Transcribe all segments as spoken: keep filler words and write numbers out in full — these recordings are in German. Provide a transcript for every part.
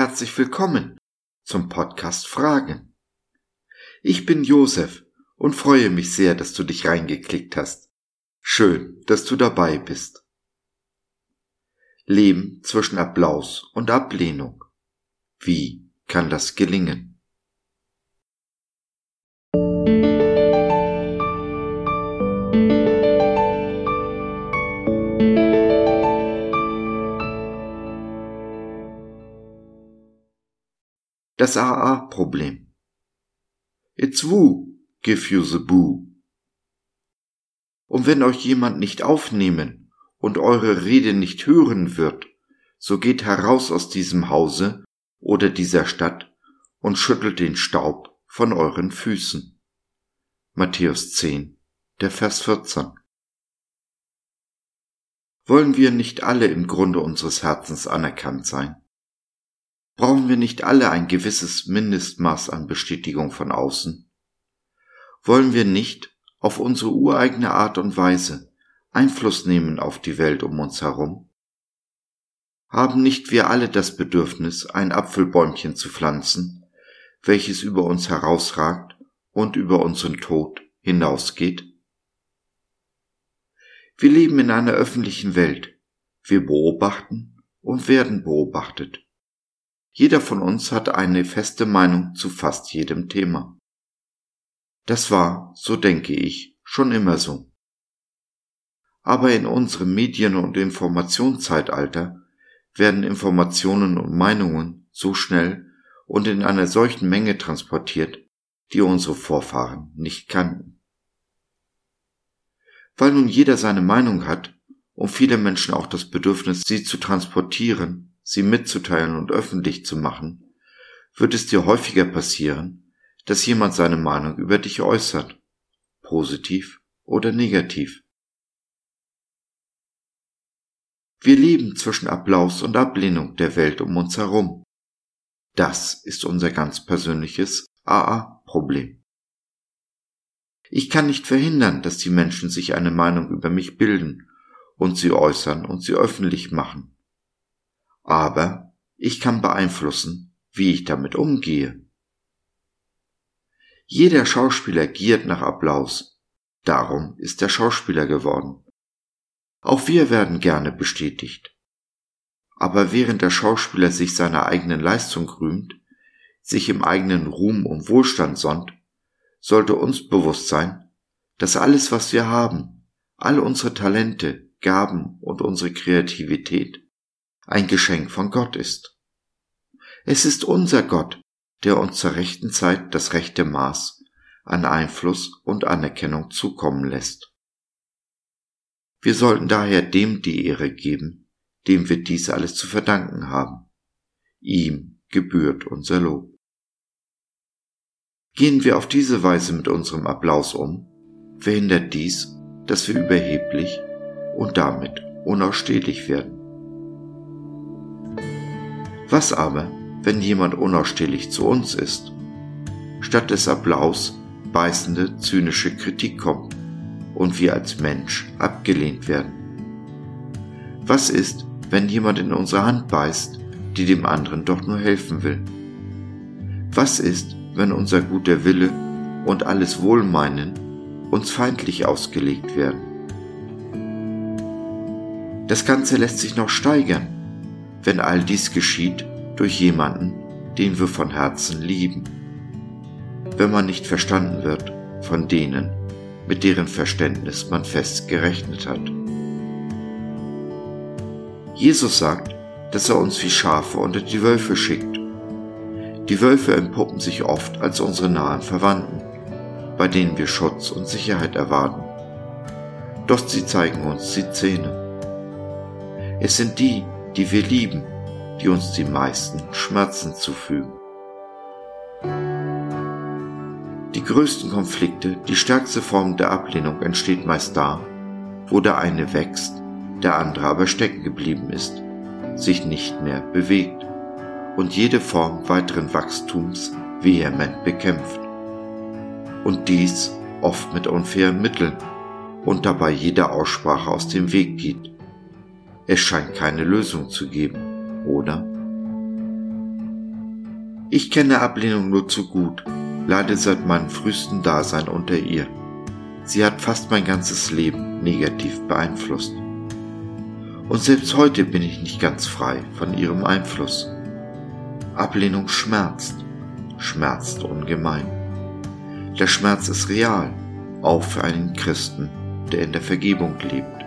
herzlich willkommen zum Podcast Fragen. Ich bin Josef und freue mich sehr, dass du dich reingeklickt hast. Schön, dass du dabei bist. Leben zwischen Applaus und Ablehnung. Wie kann das gelingen? Das A A-Problem. It's woo, give you the boo. Und wenn euch jemand nicht aufnehmen und eure Rede nicht hören wird, so geht heraus aus diesem Hause oder dieser Stadt und schüttelt den Staub von euren Füßen. Matthäus zehn, der Vers vierzehn. Wollen wir nicht alle im Grunde unseres Herzens anerkannt sein? Brauchen wir nicht alle ein gewisses Mindestmaß an Bestätigung von außen? Wollen wir nicht auf unsere ureigene Art und Weise Einfluss nehmen auf die Welt um uns herum? Haben nicht wir alle das Bedürfnis, ein Apfelbäumchen zu pflanzen, welches über uns herausragt und über unseren Tod hinausgeht? Wir leben in einer öffentlichen Welt. Wir beobachten und werden beobachtet. Jeder von uns hat eine feste Meinung zu fast jedem Thema. Das war, so denke ich, schon immer so. Aber in unserem Medien- und Informationszeitalter werden Informationen und Meinungen so schnell und in einer solchen Menge transportiert, die unsere Vorfahren nicht kannten. Weil nun jeder seine Meinung hat und viele Menschen auch das Bedürfnis, sie zu transportieren, sie mitzuteilen und öffentlich zu machen, wird es dir häufiger passieren, dass jemand seine Meinung über dich äußert, positiv oder negativ. Wir leben zwischen Applaus und Ablehnung der Welt um uns herum. Das ist unser ganz persönliches A A-Problem. Ich kann nicht verhindern, dass die Menschen sich eine Meinung über mich bilden und sie äußern und sie öffentlich machen. Aber ich kann beeinflussen, wie ich damit umgehe. Jeder Schauspieler giert nach Applaus. Darum ist er Schauspieler geworden. Auch wir werden gerne bestätigt. Aber während der Schauspieler sich seiner eigenen Leistung rühmt, sich im eigenen Ruhm und Wohlstand sonnt, sollte uns bewusst sein, dass alles, was wir haben, all unsere Talente, Gaben und unsere Kreativität, ein Geschenk von Gott ist. Es ist unser Gott, der uns zur rechten Zeit das rechte Maß an Einfluss und Anerkennung zukommen lässt. Wir sollten daher dem die Ehre geben, dem wir dies alles zu verdanken haben. Ihm gebührt unser Lob. Gehen wir auf diese Weise mit unserem Applaus um, verhindert dies, dass wir überheblich und damit unausstehlich werden. Was aber, wenn jemand unausstehlich zu uns ist? Statt des Applaus beißende, zynische Kritik kommt und wir als Mensch abgelehnt werden. Was ist, wenn jemand in unsere Hand beißt, die dem anderen doch nur helfen will? Was ist, wenn unser guter Wille und alles Wohlmeinen uns feindlich ausgelegt werden? Das Ganze lässt sich noch steigern, wenn all dies geschieht durch jemanden, den wir von Herzen lieben. Wenn man nicht verstanden wird von denen, mit deren Verständnis man fest gerechnet hat. Jesus sagt, dass er uns wie Schafe unter die Wölfe schickt. Die Wölfe entpuppen sich oft als unsere nahen Verwandten, bei denen wir Schutz und Sicherheit erwarten. Doch sie zeigen uns die Zähne. Es sind die, die wir lieben, die uns die meisten Schmerzen zufügen. Die größten Konflikte, die stärkste Form der Ablehnung entsteht meist da, wo der eine wächst, der andere aber stecken geblieben ist, sich nicht mehr bewegt und jede Form weiteren Wachstums vehement bekämpft. Und dies oft mit unfairen Mitteln und dabei jeder Aussprache aus dem Weg geht. Es scheint keine Lösung zu geben, oder? Ich kenne Ablehnung nur zu gut, leide seit meinem frühesten Dasein unter ihr. Sie hat fast mein ganzes Leben negativ beeinflusst. Und selbst heute bin ich nicht ganz frei von ihrem Einfluss. Ablehnung schmerzt, schmerzt ungemein. Der Schmerz ist real, auch für einen Christen, der in der Vergebung lebt.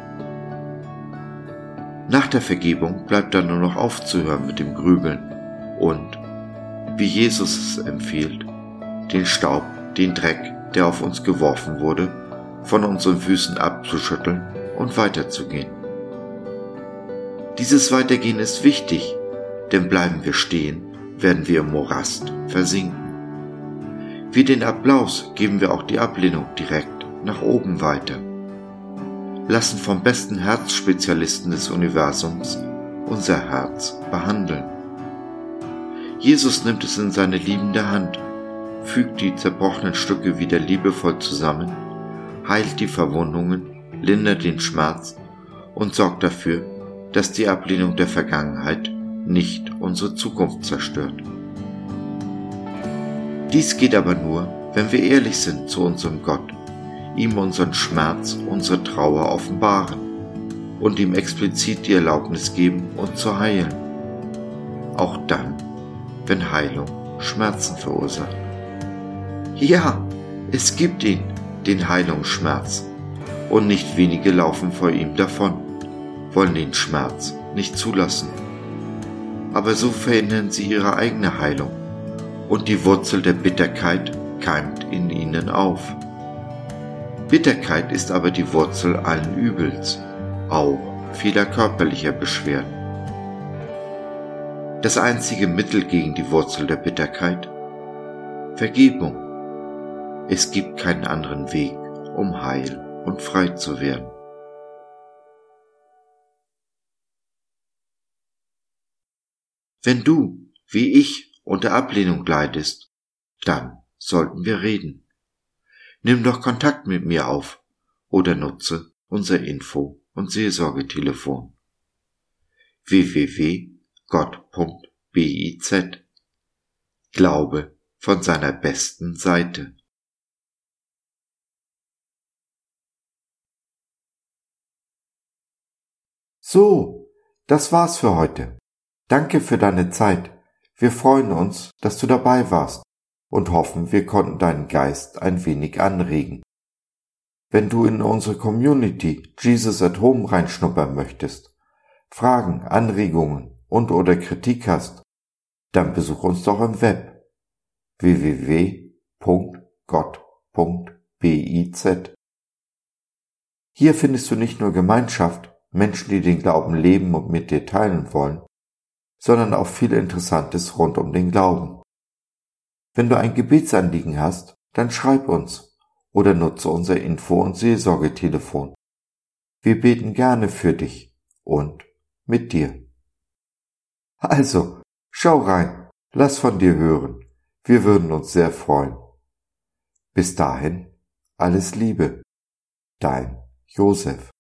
Nach der Vergebung bleibt dann nur noch aufzuhören mit dem Grübeln und, wie Jesus es empfiehlt, den Staub, den Dreck, der auf uns geworfen wurde, von unseren Füßen abzuschütteln und weiterzugehen. Dieses Weitergehen ist wichtig, denn bleiben wir stehen, werden wir im Morast versinken. Wie den Applaus geben wir auch die Ablehnung direkt nach oben weiter. Lassen vom besten Herzspezialisten des Universums unser Herz behandeln. Jesus nimmt es in seine liebende Hand, fügt die zerbrochenen Stücke wieder liebevoll zusammen, heilt die Verwundungen, lindert den Schmerz und sorgt dafür, dass die Ablehnung der Vergangenheit nicht unsere Zukunft zerstört. Dies geht aber nur, wenn wir ehrlich sind zu unserem Gott, ihm unseren Schmerz, unsere Trauer offenbaren und ihm explizit die Erlaubnis geben, uns zu heilen. Auch dann, wenn Heilung Schmerzen verursacht. Ja, es gibt ihn, den Heilungsschmerz, und nicht wenige laufen vor ihm davon, wollen den Schmerz nicht zulassen. Aber so verhindern sie ihre eigene Heilung und die Wurzel der Bitterkeit keimt in ihnen auf. Bitterkeit ist aber die Wurzel allen Übels, auch vieler körperlicher Beschwerden. Das einzige Mittel gegen die Wurzel der Bitterkeit? Vergebung. Es gibt keinen anderen Weg, um heil und frei zu werden. Wenn du, wie ich, unter Ablehnung leidest, dann sollten wir reden. Nimm doch Kontakt mit mir auf oder nutze unser Info- und Seelsorgetelefon w w w punkt gott punkt biz. Glaube von seiner besten Seite. So, das war's für heute. Danke für deine Zeit. Wir freuen uns, dass du dabei warst und hoffen, wir konnten deinen Geist ein wenig anregen. Wenn du in unsere Community Jesus at Home reinschnuppern möchtest, Fragen, Anregungen und oder Kritik hast, dann besuch uns doch im Web w w w punkt gott punkt biz. Hier findest du nicht nur Gemeinschaft, Menschen, die den Glauben leben und mit dir teilen wollen, sondern auch viel Interessantes rund um den Glauben. Wenn du ein Gebetsanliegen hast, dann schreib uns oder nutze unser Info- und Seelsorgetelefon. Wir beten gerne für dich und mit dir. Also, schau rein, lass von dir hören. Wir würden uns sehr freuen. Bis dahin, alles Liebe. Dein Josef.